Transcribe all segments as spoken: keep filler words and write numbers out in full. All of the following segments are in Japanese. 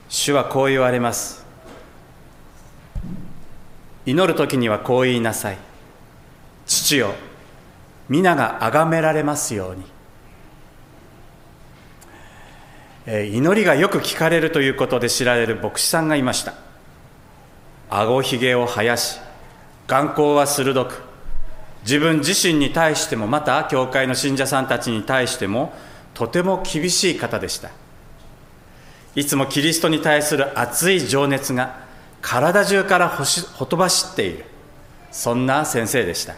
主はこう言われます。祈るときにはこう言いなさい。父よ、皆が崇められますように。えー、祈りがよく聞かれるということで知られる牧師さんがいました。顎ひげを生やし、眼光は鋭く、自分自身に対しても、また教会の信者さんたちに対してもとても厳しい方でした。いつもキリストに対する熱い情熱が体中からほしほとばしっている、そんな先生でした。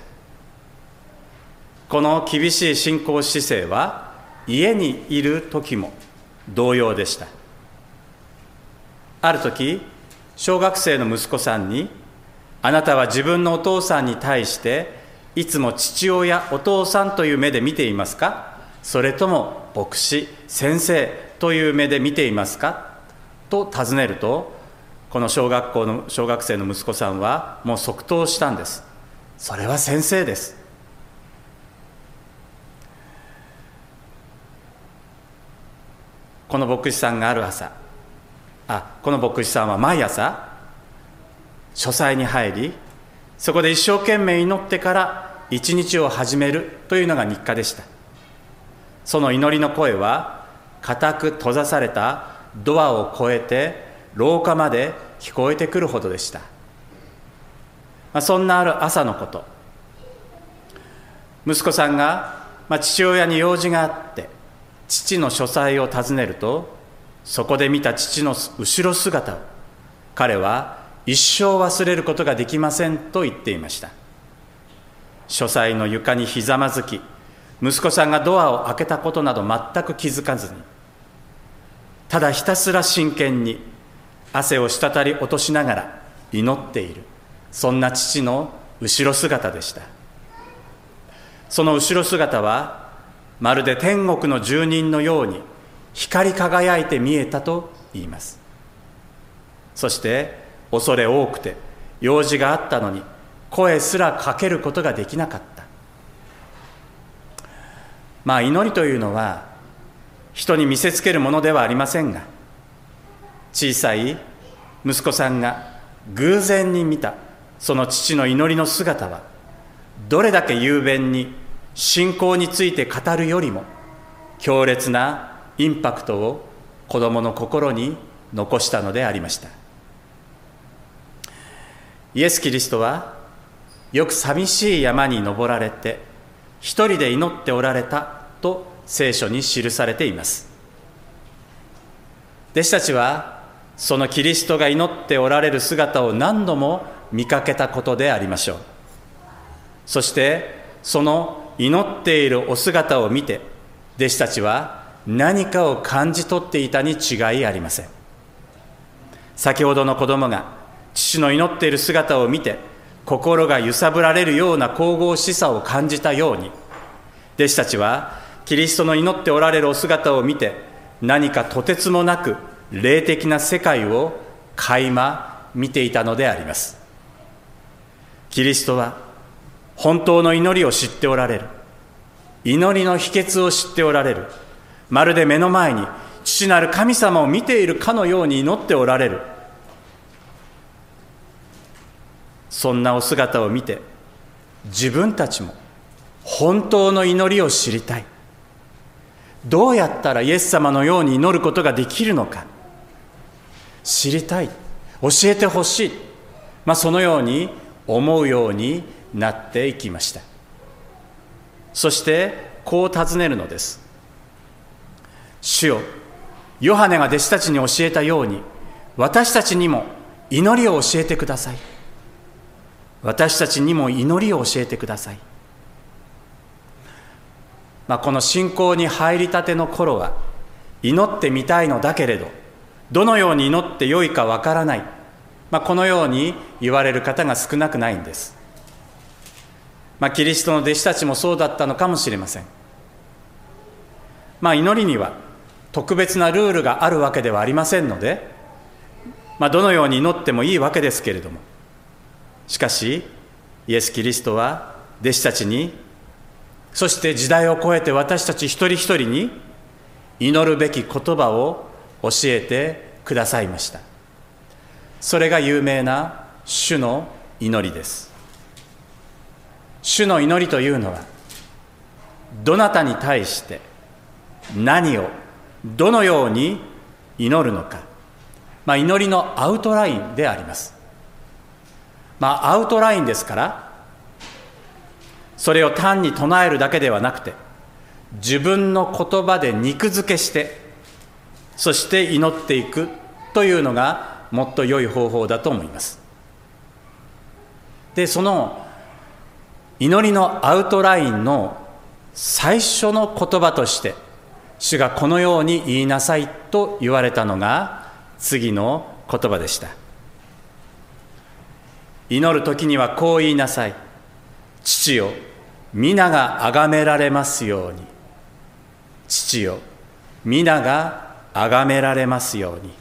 この厳しい信仰姿勢は家にいる時も同様でした。ある時、小学生の息子さんに、あなたは自分のお父さんに対していつも父親、お父さんという目で見ていますか、それとも牧師、先生という目で見ていますかと尋ねると、この小学校の小学生の息子さんはもう即答したんです。それは先生です。この牧師さんがある朝、あ、この牧師さんは毎朝書斎に入り、そこで一生懸命祈ってから一日を始めるというのが日課でした。その祈りの声は固く閉ざされたドアを越えて廊下まで聞こえてくるほどでした。まあ、そんなある朝のこと、息子さんが、まあ、父親に用事があって父の書斎を訪ねると、そこで見た父の後ろ姿を彼は一生忘れることができませんと言っていました。書斎の床にひざまずき、息子さんがドアを開けたことなど全く気づかずに、ただひたすら真剣に汗を滴り落としながら祈っている、そんな父の後ろ姿でした。その後ろ姿はまるで天国の住人のように光り輝いて見えたと言います。そして恐れ多くて用事があったのに声すらかけることができなかった。まあ祈りというのは人に見せつけるものではありませんが、小さい息子さんが偶然に見たその父の祈りの姿は、どれだけ雄弁に信仰について語るよりも強烈なインパクトを子どもの心に残したのでありました。イエス・キリストはよく寂しい山に登られて一人で祈っておられたと聖書に記されています。弟子たちはそのキリストが祈っておられる姿を何度も見かけたことでありましょう。そしてその祈っているお姿を見て、弟子たちは何かを感じ取っていたに違いありません。先ほどの子供が父の祈っている姿を見て心が揺さぶられるような神々しさを感じたように、弟子たちはキリストの祈っておられるお姿を見て、何かとてつもなく霊的な世界を垣間見ていたのであります。キリストは本当の祈りを知っておられる、祈りの秘訣を知っておられる、まるで目の前に父なる神様を見ているかのように祈っておられる、そんなお姿を見て、自分たちも本当の祈りを知りたい、どうやったらイエス様のように祈ることができるのか知りたい、教えてほしい、まあ、そのように思うようになっていきました。そしてこう尋ねるのです。主よ、ヨハネが弟子たちに教えたように、私たちにも祈りを教えてください。私たちにも祈りを教えてください。まあ、この信仰に入りたての頃は、祈ってみたいのだけれど、どのように祈ってよいかわからない、まあ、このように言われる方が少なくないんです。まあ、キリストの弟子たちもそうだったのかもしれません。まあ、祈りには特別なルールがあるわけではありませんので、まあ、どのように祈ってもいいわけですけれども、しかしイエス・キリストは弟子たちに、そして時代を超えて私たち一人一人に祈るべき言葉を教えてくださいました。それが有名な主の祈りです。主の祈りというのは、どなたに対して何をどのように祈るのか、まあ、祈りのアウトラインであります。まあ、アウトラインですから、それを単に唱えるだけではなくて、自分の言葉で肉付けして、そして祈っていくというのがもっと良い方法だと思います。で、その祈りのアウトラインの最初の言葉として、主がこのように言いなさいと言われたのが次の言葉でした。祈る時にはこう言いなさい。父よ、皆が崇められますように。父よ、皆が崇められますように。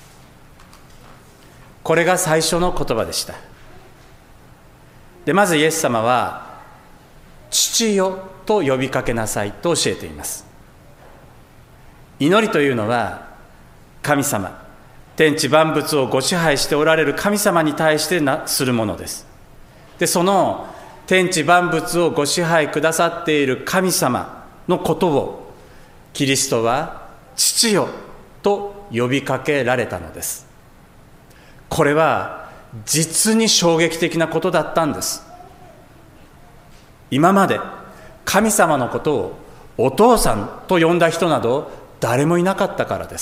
これが最初の言葉でした。で、まずイエス様は、父よと呼びかけなさいと教えています。祈りというのは、神様、天地万物をご支配しておられる神様に対してなするものです。で、その天地万物をご支配くださっている神様のことを、キリストは父よと呼びかけられたのです。これは実に衝撃的なことだったんです。今まで神様のことをお父さんと呼んだ人など誰もいなかったからです。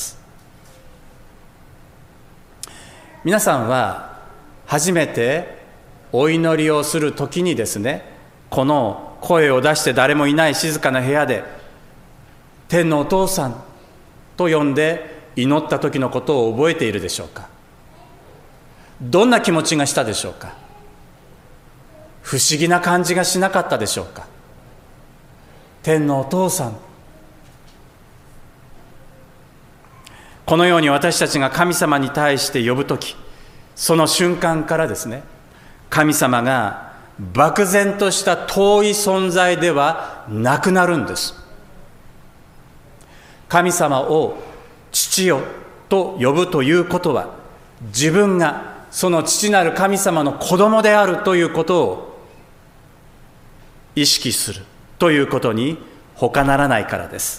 皆さんは初めてお祈りをするときにですね、この声を出して誰もいない静かな部屋で天のお父さんと呼んで祈った時のことを覚えているでしょうか。どんな気持ちがしたでしょうか。不思議な感じがしなかったでしょうか。天のお父さん、このように私たちが神様に対して呼ぶとき、その瞬間からですね、神様が漠然とした遠い存在ではなくなるんです。神様を父よと呼ぶということは、自分がその父なる神様の子供であるということを意識するということに他ならないからです。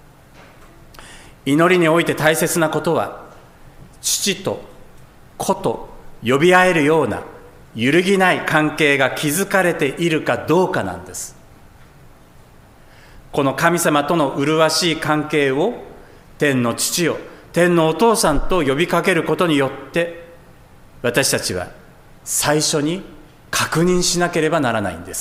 祈りにおいて大切なことは、父と子と呼び合えるような揺るぎない関係が築かれているかどうかなんです。この神様との麗しい関係を天の父よ、天のお父さんと呼びかけることによって、私たちは最初に確認しなければならないんです。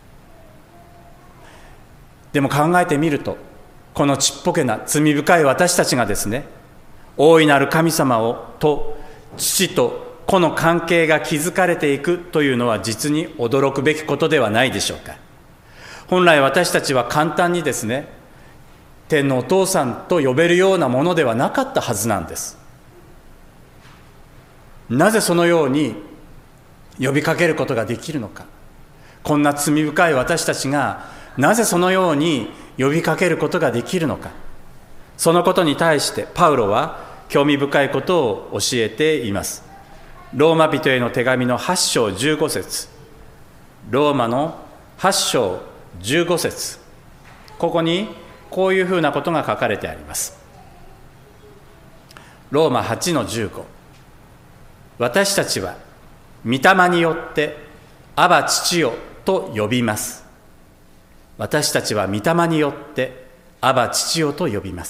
でも考えてみると、このちっぽけな罪深い私たちがですね、大いなる神様をと父と子の関係が築かれていくというのは実に驚くべきことではないでしょうか。本来私たちは簡単にですね、天のお父さんと呼べるようなものではなかったはずなんです。なぜそのように呼びかけることができるのか。こんな罪深い私たちがなぜそのように呼びかけることができるのか。そのことに対してパウロは興味深いことを教えています。ローマ人への手紙のはち章じゅうご節、ローマのはち章じゅうご節、ここにこういうふうなことが書かれてあります。ローマはちのじゅうご、私たちは御霊によってアバ父よと呼びます。私たちは御霊によってアバ父よと呼びます。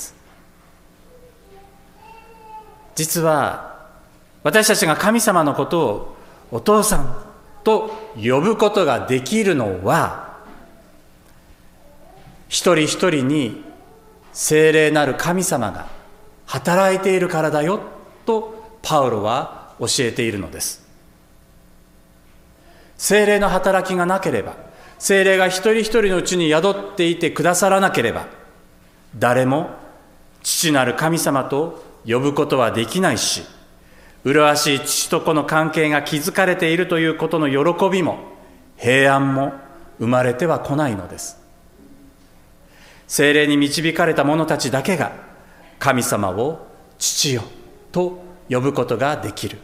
実は私たちが神様のことをお父さんと呼ぶことができるのは、一人一人に聖霊なる神様が働いているからだよとパウロは教えているのです。聖霊の働きがなければ、聖霊が一人一人のうちに宿っていてくださらなければ、誰も父なる神様と呼ぶことはできないし、麗しい父と子の関係が築かれているということの喜びも平安も生まれては来ないのです。聖霊に導かれた者たちだけが神様を父よと呼ぶことができる。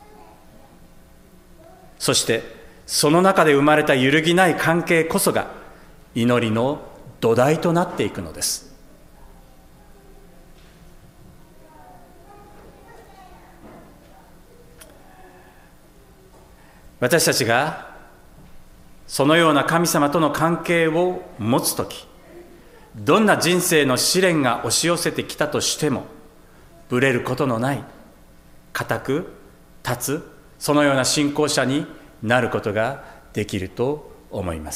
そしてその中で生まれた揺るぎない関係こそが祈りの土台となっていくのです。私たちがそのような神様との関係を持つとき、どんな人生の試練が押し寄せてきたとしても、ぶれることのない、固く立つ、そのような信仰者になることができると思います。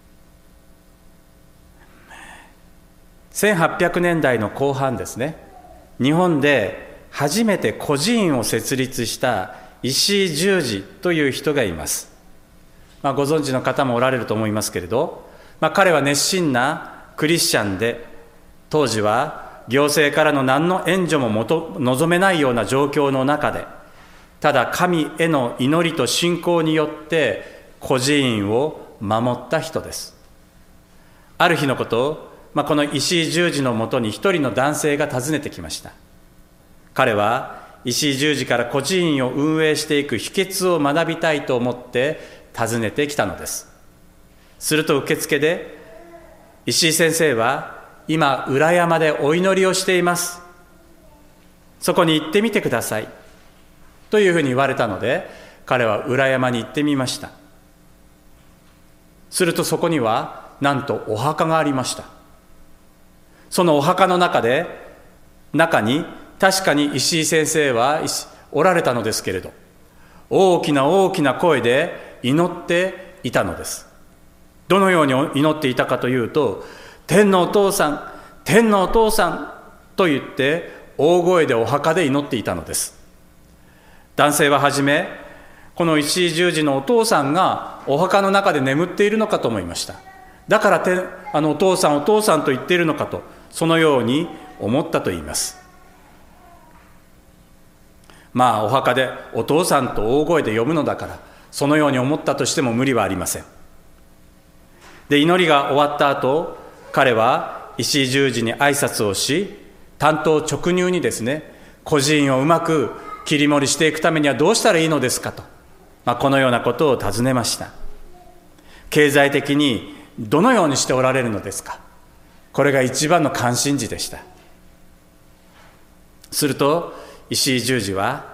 せんはっぴゃくねんだいの後半ですね、日本で初めて孤児院を設立した石井十二という人がいます。まあ、ご存知の方もおられると思いますけれど、まあ、彼は熱心なクリスチャンで、当時は行政からの何の援助も求望めないような状況の中で、ただ神への祈りと信仰によって孤児院を守った人です。ある日のこと、まあ、この石井十二のもとに一人の男性が訪ねてきました。彼は石井十二から孤児院を運営していく秘訣を学びたいと思って訪ねてきたのです。すると受付で、石井先生は今裏山でお祈りをしています、そこに行ってみてくださいというふうに言われたので、彼は裏山に行ってみました。するとそこにはなんとお墓がありました。そのお墓の中で中に確かに石井先生はおられたのですけれど、大きな大きな声で祈っていたのです。どのように祈っていたかというと、天のお父さん、天のお父さんと言って大声でお墓で祈っていたのです。男性ははじめ、この石井十二のお父さんがお墓の中で眠っているのかと思いました。だからてあのお父さんお父さんと言っているのかと、そのように思ったと言います。まあお墓でお父さんと大声で呼ぶのだから、そのように思ったとしても無理はありません。で、祈りが終わった後、彼は石井十二に挨拶をし、単刀直入にですね、孤児院をうまく切り盛りしていくためにはどうしたらいいのですかと、まあ、このようなことを尋ねました。経済的にどのようにしておられるのですか、これが一番の関心事でした。すると石井十二は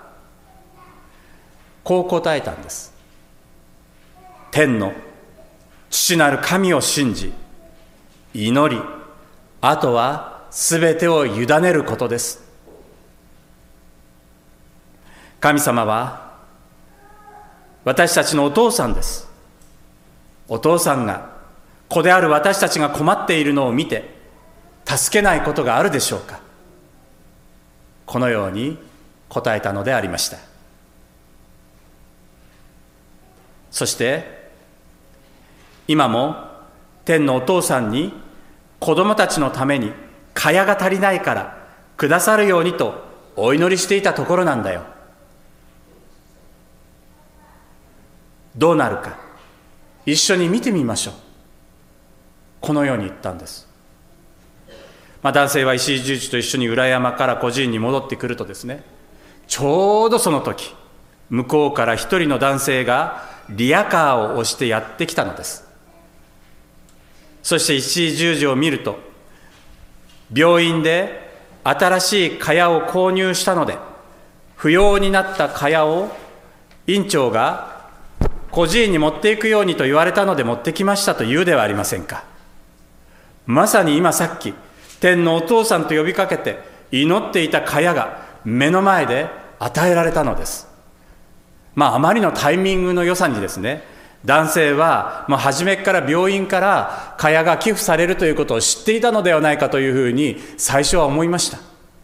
こう答えたんです。天の父なる神を信じ祈り、あとはすべてを委ねることです。神様は私たちのお父さんです。お父さんが子である私たちが困っているのを見て助けないことがあるでしょうか。このように答えたのでありました。そして今も天のお父さんに子供たちのために蚊帳が足りないからくださるようにとお祈りしていたところなんだよ。どうなるか一緒に見てみましょう。このように言ったんです。まあ、男性は石井十二と一緒に裏山から孤児院に戻ってくるとですね、ちょうどその時、向こうから一人の男性がリヤカーを押してやってきたのです。そして石井十二を見ると、病院で新しい蚊帳を購入したので、不要になった蚊帳を院長が孤児院に持っていくようにと言われたので持ってきましたと言うではありませんか。まさに今さっき天のお父さんと呼びかけて祈っていた蚊帳が目の前で与えられたのです。まああまりのタイミングの良さにですね、男性はもう初めから病院から蚊帳が寄付されるということを知っていたのではないかというふうに最初は思いました。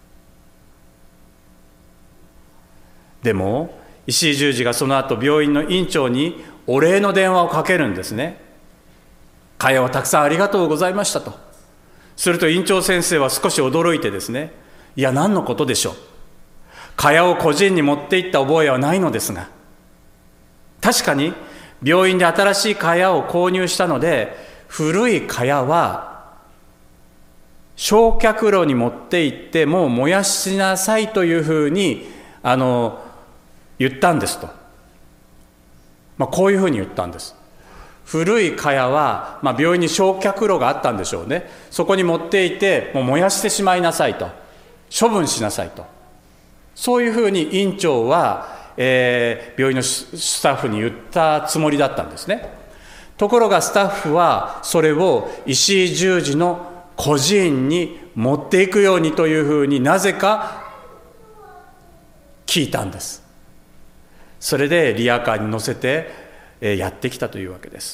でも石井十二がその後病院の院長にお礼の電話をかけるんですね。蚊帳をたくさんありがとうございましたと。すると院長先生は少し驚いてですね、いや何のことでしょう、蚊帳を孤児院に持って行った覚えはないのですが、確かに病院で新しい蚊帳を購入したので、古い蚊帳は焼却炉に持って行ってもう燃やしなさいというふうにあの言ったんですと、まあ、こういうふうに言ったんです。古い蚊帳は、まあ、病院に焼却炉があったんでしょうね。そこに持っていてもう燃やしてしまいなさいと、処分しなさいと、そういうふうに院長は、えー、病院のスタッフに言ったつもりだったんですね。ところがスタッフはそれを石井十字の孤児院に持っていくようにというふうになぜか聞いたんです。それでリヤカーに乗せてやってきたというわけです。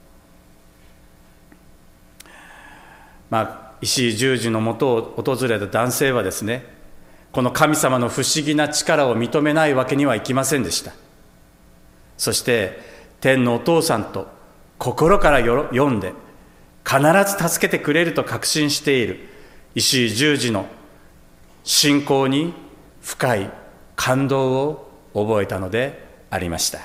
まあ、石井十字のもとを訪れた男性はですね、この神様の不思議な力を認めないわけにはいきませんでした。そして天のお父さんと心から読んで必ず助けてくれると確信している石井十字の信仰に深い感動を覚えたのでありました。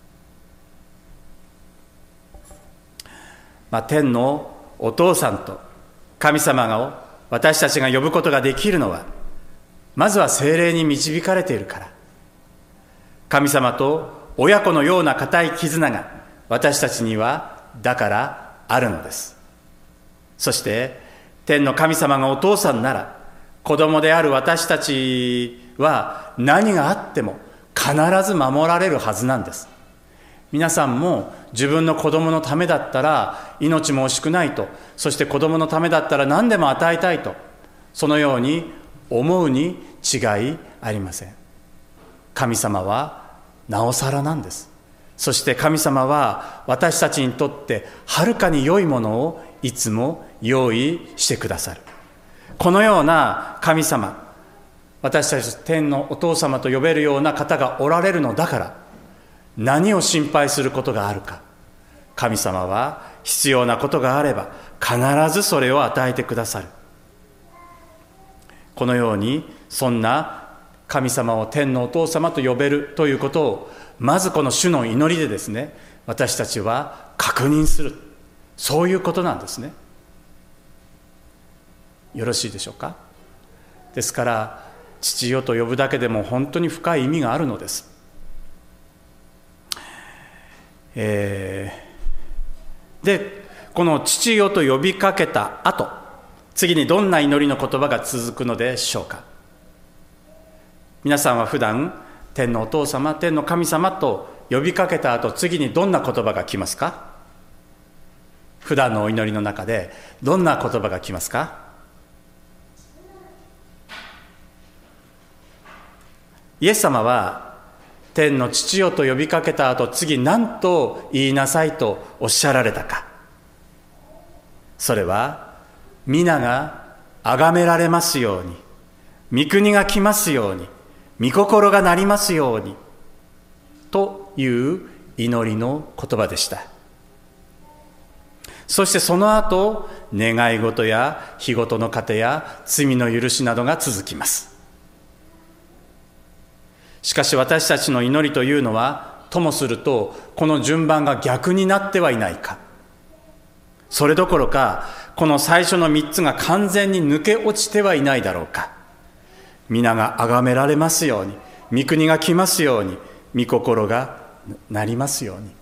まあ、天のお父さんと神様を私たちが呼ぶことができるのは、まずは聖霊に導かれているから。神様と親子のような固い絆が私たちにはだからあるのです。そして天の神様がお父さんなら、子供である私たちは何があっても必ず守られるはずなんです。皆さんも自分の子供のためだったら命も惜しくないと、そして子供のためだったら何でも与えたいと、そのように思うに違いありません。神様はなおさらなんです。そして神様は私たちにとってはるかに良いものをいつも用意してくださる。このような神様、私たち天のお父様と呼べるような方がおられるのだから、何を心配することがあるか。神様は必要なことがあれば必ずそれを与えてくださる。このようにそんな神様を天のお父様と呼べるということを、まずこの主の祈りでですね、私たちは確認する、そういうことなんですね。よろしいでしょうか。ですから父よと呼ぶだけでも本当に深い意味があるのです。えー、でこの父よと呼びかけた後、次にどんな祈りの言葉が続くのでしょうか。皆さんは普段天のお父様、天の神様と呼びかけた後、次にどんな言葉が来ますか。普段のお祈りの中でどんな言葉が来ますか。イエス様は天の父よと呼びかけた後、次何と言いなさいとおっしゃられたか。それは皆が崇められますように、御国が来ますように、御心がなりますようにという祈りの言葉でした。そしてその後、願い事や日ごとの糧や罪の許しなどが続きます。しかし私たちの祈りというのは、ともするとこの順番が逆になってはいないか。それどころかこの最初のみっつが完全に抜け落ちてはいないだろうか。皆が崇められますように、御国が来ますように、御心がなりますように。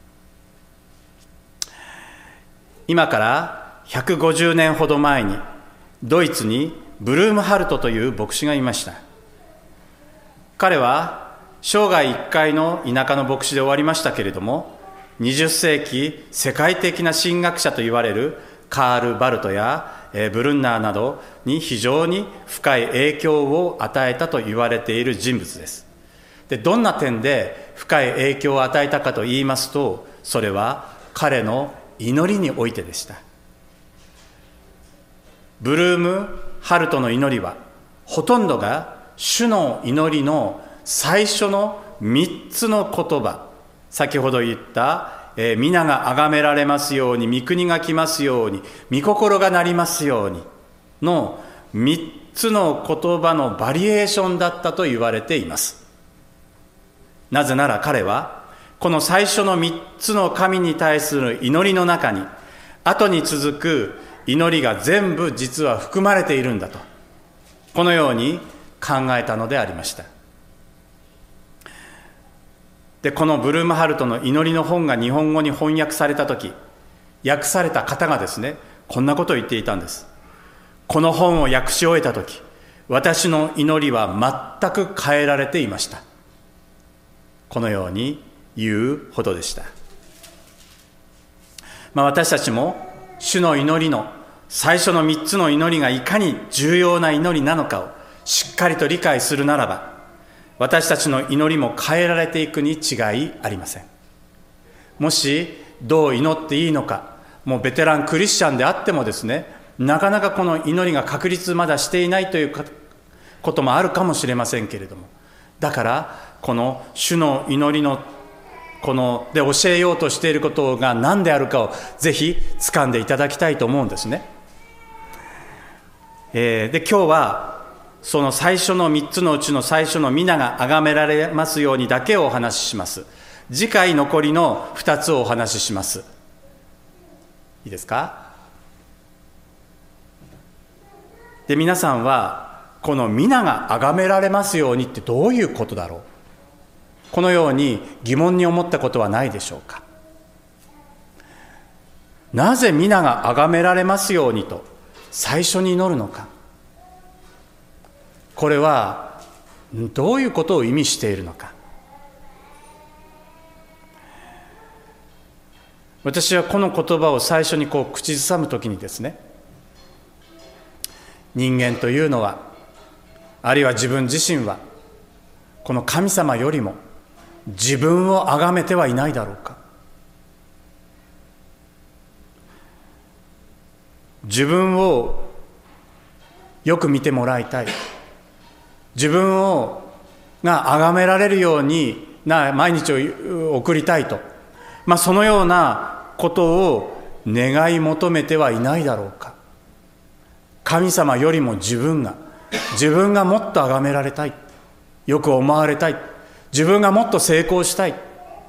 今からひゃくごじゅうねんほど前にドイツにブルームハルトという牧師がいました。彼は生涯一回の田舎の牧師で終わりましたけれども、にじゅっせいき世界的な神学者と言われるカール・バルトやブルンナーなどに非常に深い影響を与えたと言われている人物です。で、どんな点で深い影響を与えたかと言いますと、それは彼の祈りにおいてでした。ブルームハルトの祈りはほとんどが主の祈りの最初のみっつの言葉、先ほど言った、えー、皆が崇められますように、御国が来ますように、御心がなりますようにのみっつの言葉のバリエーションだったと言われています。なぜなら彼はこの最初のみっつの神に対する祈りの中に、後に続く祈りが全部実は含まれているんだと、このように考えたのでありました。で、このブルームハルトの祈りの本が日本語に翻訳されたとき、訳された方がですね、こんなことを言っていたんです。この本を訳し終えたとき、私の祈りは全く変えられていました。このように言うほどでした。まあ、私たちも主の祈りの最初のみっつの祈りがいかに重要な祈りなのかをしっかりと理解するならば、私たちの祈りも変えられていくに違いありません。もしどう祈っていいのか、もうベテランクリスチャンであってもですね、なかなかこの祈りが確立まだしていないということもあるかもしれませんけれども、だからこの主の祈りのこので教えようとしていることが何であるかをぜひ掴んでいただきたいと思うんですね。えー、で今日はその最初のみっつのうちの最初の皆が崇められますようにだけをお話しします。次回残りのふたつをお話しします。いいですか。で、皆さんはこの皆が崇められますようにってどういうことだろう、このように疑問に思ったことはないでしょうか。なぜ皆が崇められますようにと最初に祈るのか、これはどういうことを意味しているのか。私はこの言葉を最初にこう口ずさむときにですね、人間というのは、あるいは自分自身はこの神様よりも自分を崇めてはいないだろうか。自分をよく見てもらいたい、自分をが崇められるようにな毎日を送りたいと、まあ、そのようなことを願い求めてはいないだろうか。神様よりも自分が自分がもっと崇められたい、よく思われたい、自分がもっと成功したい、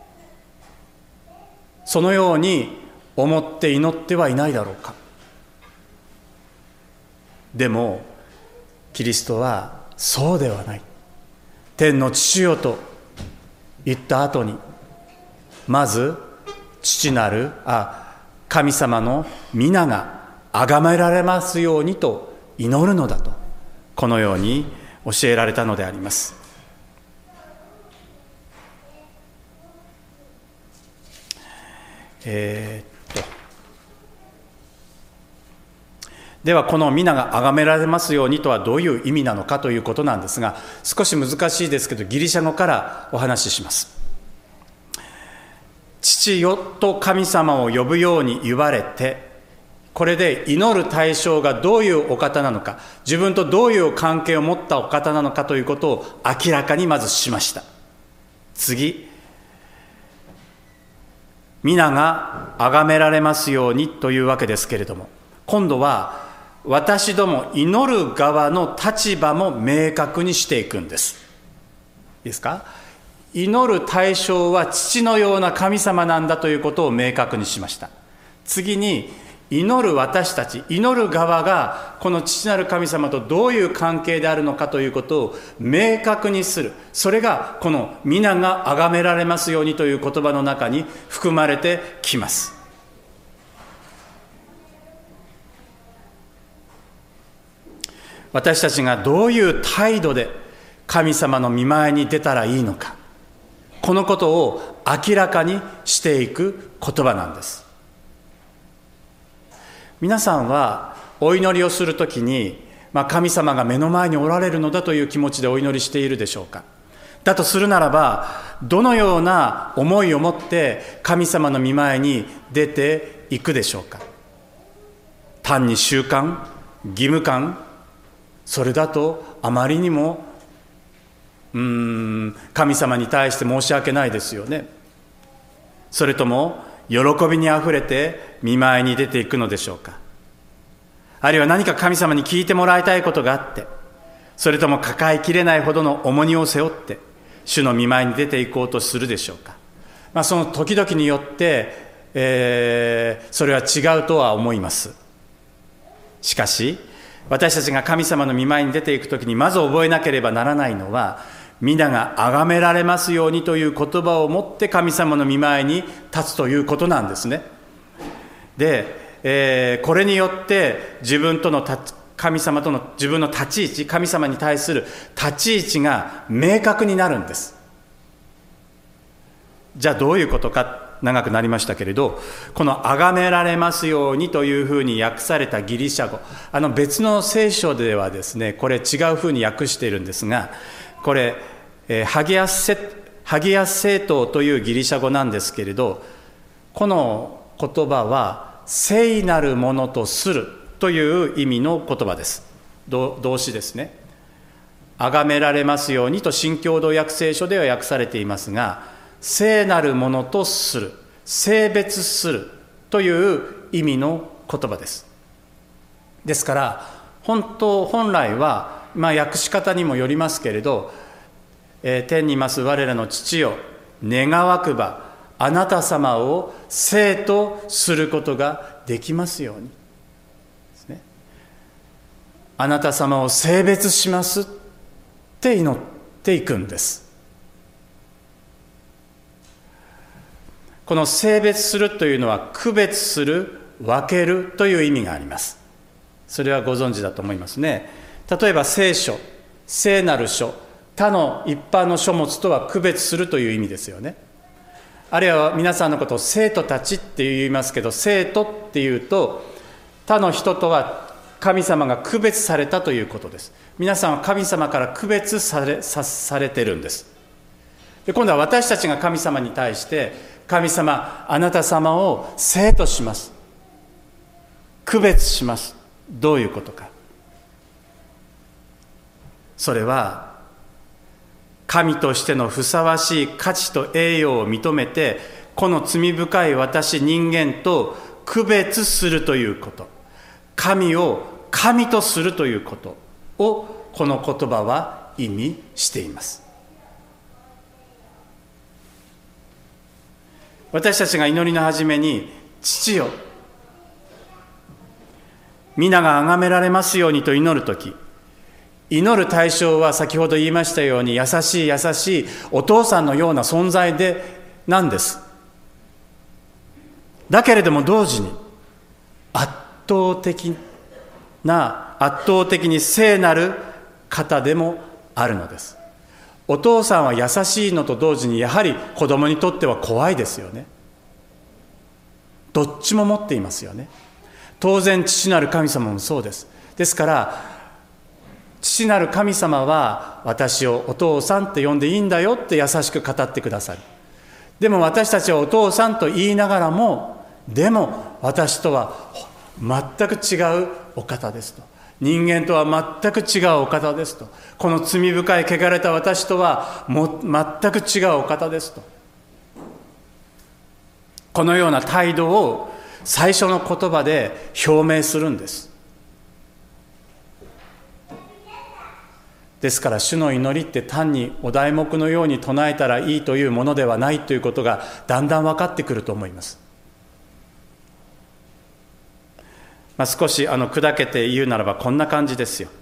そのように思って祈ってはいないだろうか。でもキリストはそうではない。天の父よと言った後に、まず父なるあ神様の皆が崇められますようにと祈るのだと、このように教えられたのであります。えー、っとではこの皆が崇められますようにとはどういう意味なのかということなんですが、少し難しいですけどギリシャ語からお話しします。父よと神様を呼ぶように言われて、これで祈る対象がどういうお方なのか、自分とどういう関係を持ったお方なのかということを明らかにまずしました。次、皆が崇められますようにというわけですけれども、今度は私ども祈る側の立場も明確にしていくんです。いいですか。祈る対象は父のような神様なんだということを明確にしました。次に祈る私たち、祈る側がこの父なる神様とどういう関係であるのかということを明確にする。それがこの皆が崇められますようにという言葉の中に含まれてきます。私たちがどういう態度で神様の御前に出たらいいのか、このことを明らかにしていく言葉なんです。皆さんはお祈りをするときに、まあ、神様が目の前におられるのだという気持ちでお祈りしているでしょうか。だとするならば、どのような思いを持って神様の御前に出ていくでしょうか。単に習慣、義務感、それだとあまりにもうーん神様に対して申し訳ないですよね。それとも喜びにあふれて御前に出ていくのでしょうか。あるいは何か神様に聞いてもらいたいことがあって、それとも抱えきれないほどの重荷を背負って主の御前に出ていこうとするでしょうか。まあ、その時々によって、えー、それは違うとは思います。 しかし私たちが神様の御前に出ていくときにまず覚えなければならないのは、皆が崇められますようにという言葉を持って神様の御前に立つということなんですね。で、えー、これによって自分との神様との自分の立ち位置、神様に対する立ち位置が明確になるんです。じゃあどういうことか、長くなりましたけれど、この崇められますようにというふうに訳されたギリシャ語、あの別の聖書ではですね、これ違うふうに訳しているんですが、これ、えー、ハギアスセ、ハギアスセートというギリシャ語なんですけれど、この言葉は聖なるものとするという意味の言葉です。動詞ですね。崇められますようにと新共同訳聖書では訳されていますが、聖なるものとする、聖別するという意味の言葉です。ですから本当本来は、まあ、訳し方にもよりますけれど、えー、天にいます我らの父よ、願わくばあなた様を聖とすることができますようにですね。あなた様を聖別しますって祈っていくんです。この聖別するというのは区別する、分けるという意味があります。それはご存知だと思いますね。例えば聖書、聖なる書、他の一般の書物とは区別するという意味ですよね。あるいは皆さんのことを生徒たちって言いますけど、生徒っていうと他の人とは神様が区別されたということです。皆さんは神様から区別され、さ、されてるんです。で、今度は私たちが神様に対して神様、あなた様を聖とします。区別します。どういうことか。それは、神としてのふさわしい価値と栄誉を認めて、この罪深い私人間と区別するということ。神を神とするということを、この言葉は意味しています。私たちが祈りの初めに、父よ、皆が崇められますようにと祈るとき、祈る対象は先ほど言いましたように、優しい優しいお父さんのような存在でなんです。だけれども同時に、圧倒的な、圧倒的に聖なる方でもあるのです。お父さんは優しいのと同時に、やはり子供にとっては怖いですよね。どっちも持っていますよね。当然父なる神様もそうです。ですから父なる神様は私をお父さんって呼んでいいんだよって優しく語ってくださる。でも私たちはお父さんと言いながらも、でも私とは全く違うお方ですと。人間とは全く違うお方ですと。この罪深い汚れた私とはも全く違うお方ですと。このような態度を最初の言葉で表明するんです。ですから主の祈りって単にお題目のように唱えたらいいというものではないということがだんだん分かってくると思います。まあ、少しあの砕けて言うならばこんな感じですよ。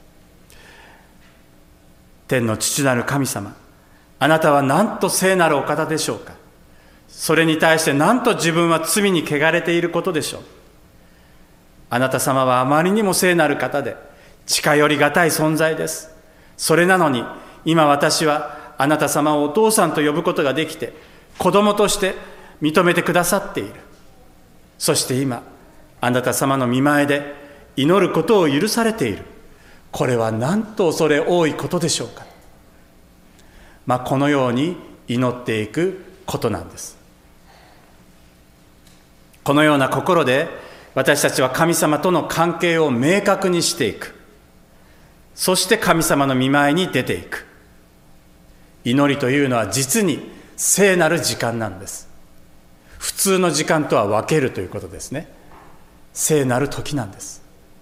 天の父なる神様、あなたはなんと聖なるお方でしょうか。それに対してなんと自分は罪に汚れていることでしょう。あなた様はあまりにも聖なる方で近寄りがたい存在です。それなのに今私はあなた様をお父さんと呼ぶことができて、子供として認めてくださっている。そして今あなた様の御前で祈ることを許されている。これはなんと恐れ多いことでしょうか。まあ、このように祈っていくことなんです。このような心で私たちは神様との関係を明確にしていく。そして神様の御前に出ていく。祈りというのは実に聖なる時間なんです。普通の時間とは分けるということですね。聖なる時なんです。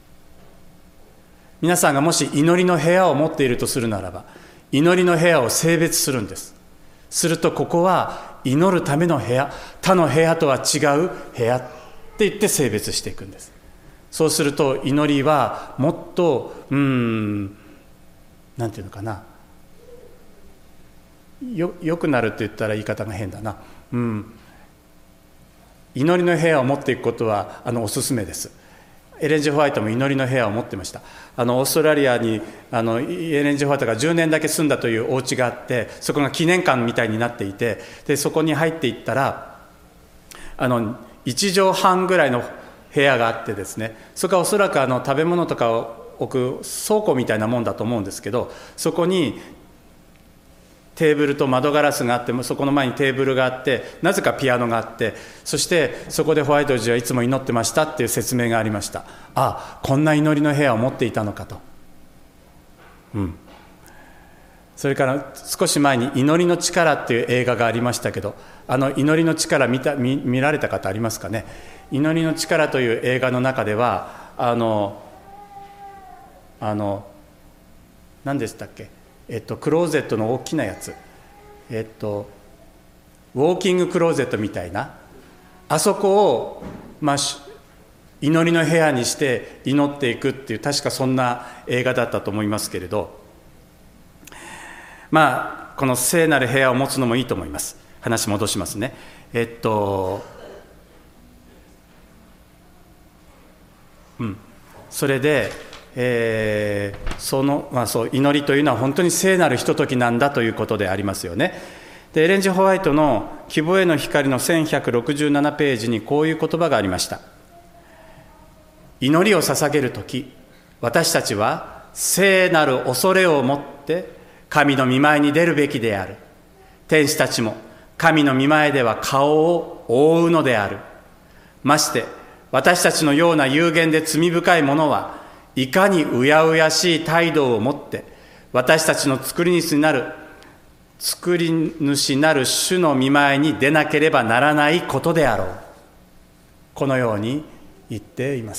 皆さんがもし祈りの部屋を持っているとするならば、祈りの部屋を性別するんです。するとここは祈るための部屋、他の部屋とは違う部屋って言って性別していくんです。 そうすると祈りはもっとうーんなんていうのかな、よよくなるって言ったら言い方が変だな、うん、祈りの部屋を持っていくことはあのおすすめです。エレン・ジェホワイトも祈りの部屋を持ってました。あのオーストラリアにあのエレン・ジェホワイトがじゅうねんだけ住んだというお家があって、そこが記念館みたいになっていて、でそこに入っていったらあのいち畳半ぐらいの部屋があってですね、そこはおそらくあの食べ物とかを置く倉庫みたいなもんだと思うんですけど、そこにテーブルと窓ガラスがあって、そこの前にテーブルがあって、なぜかピアノがあって、そしてそこでホワイト王子はいつも祈ってましたっていう説明がありました。ああ、こんな祈りの部屋を持っていたのかと、うん、それから少し前に「祈りの力」っていう映画がありましたけど、あの祈りの力 見た 見, 見られた方ありますかね。祈りの力という映画の中ではあのあの何でしたっけ、えっと、クローゼットの大きなやつ、えっと、ウォーキングクローゼットみたいな、あそこを、まあ、祈りの部屋にして祈っていくっていう、確かそんな映画だったと思いますけれど、まあこの聖なる部屋を持つのもいいと思います。話戻しますね。えっとうんそれでえー、その、まあ、そう祈りというのは本当に聖なるひとときなんだということでありますよね。でエレン・ジェホワイトの希望への光のせんひゃくろくじゅうななページにこういう言葉がありました。祈りを捧げるとき、私たちは聖なる恐れを持って神の御前に出るべきである。天使たちも神の御前では顔を覆うのである。まして私たちのような有限で罪深い者はいかにうやうやしい態度を持って私たちの作り主なる作り主なる主の御前に出なければならないことであろう。このように言っています。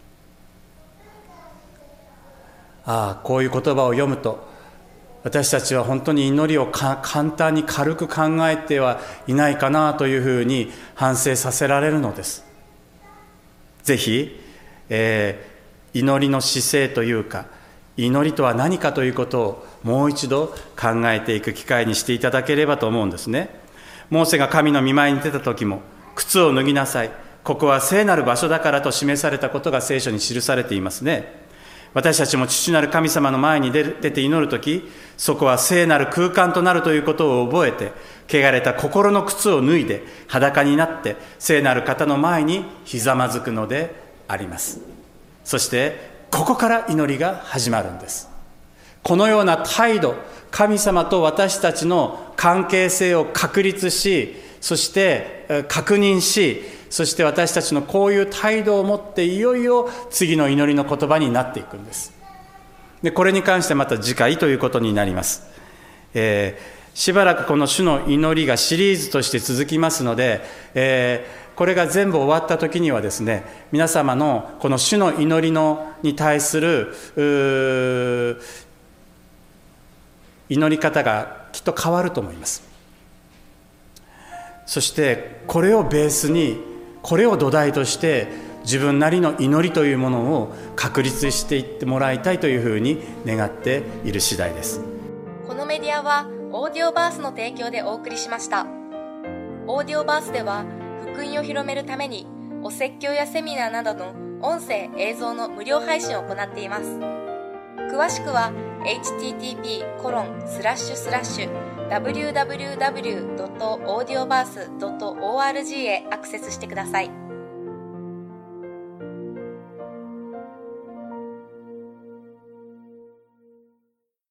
ああ、こういう言葉を読むと私たちは本当に祈りをか簡単に軽く考えてはいないかなというふうに反省させられるのです。ぜひ、えー祈りの姿勢というか、祈りとは何かということをもう一度考えていく機会にしていただければと思うんですね。モーセが神の御前に出た時も、靴を脱ぎなさい、ここは聖なる場所だからと示されたことが聖書に記されていますね。私たちも父なる神様の前に出て祈るとき、そこは聖なる空間となるということを覚えて、汚れた心の靴を脱いで裸になって聖なる方の前にひざまずくのであります。そしてここから祈りが始まるんです。このような態度、神様と私たちの関係性を確立し、そして確認し、そして私たちのこういう態度を持っていよいよ次の祈りの言葉になっていくんです。でこれに関してまた次回ということになります。えー、しばらくこの主の祈りがシリーズとして続きますので、えーこれが全部終わった時にはですね、皆様のこの主の祈りのに対する祈り方がきっと変わると思います。そしてこれをベースに、これを土台として自分なりの祈りというものを確立していってもらいたいというふうに願っている次第です。 このメディアはオーディオバースの提供でお送りしました。オーディオバースでは福音を広めるためにお説教やセミナーなどの音声映像の無料配信を行っています。詳しくは エイチティーティーピーコロンスラッシュスラッシュダブリューダブリューダブリュードットオーディオバースドットオーアールジー へアクセスしてください。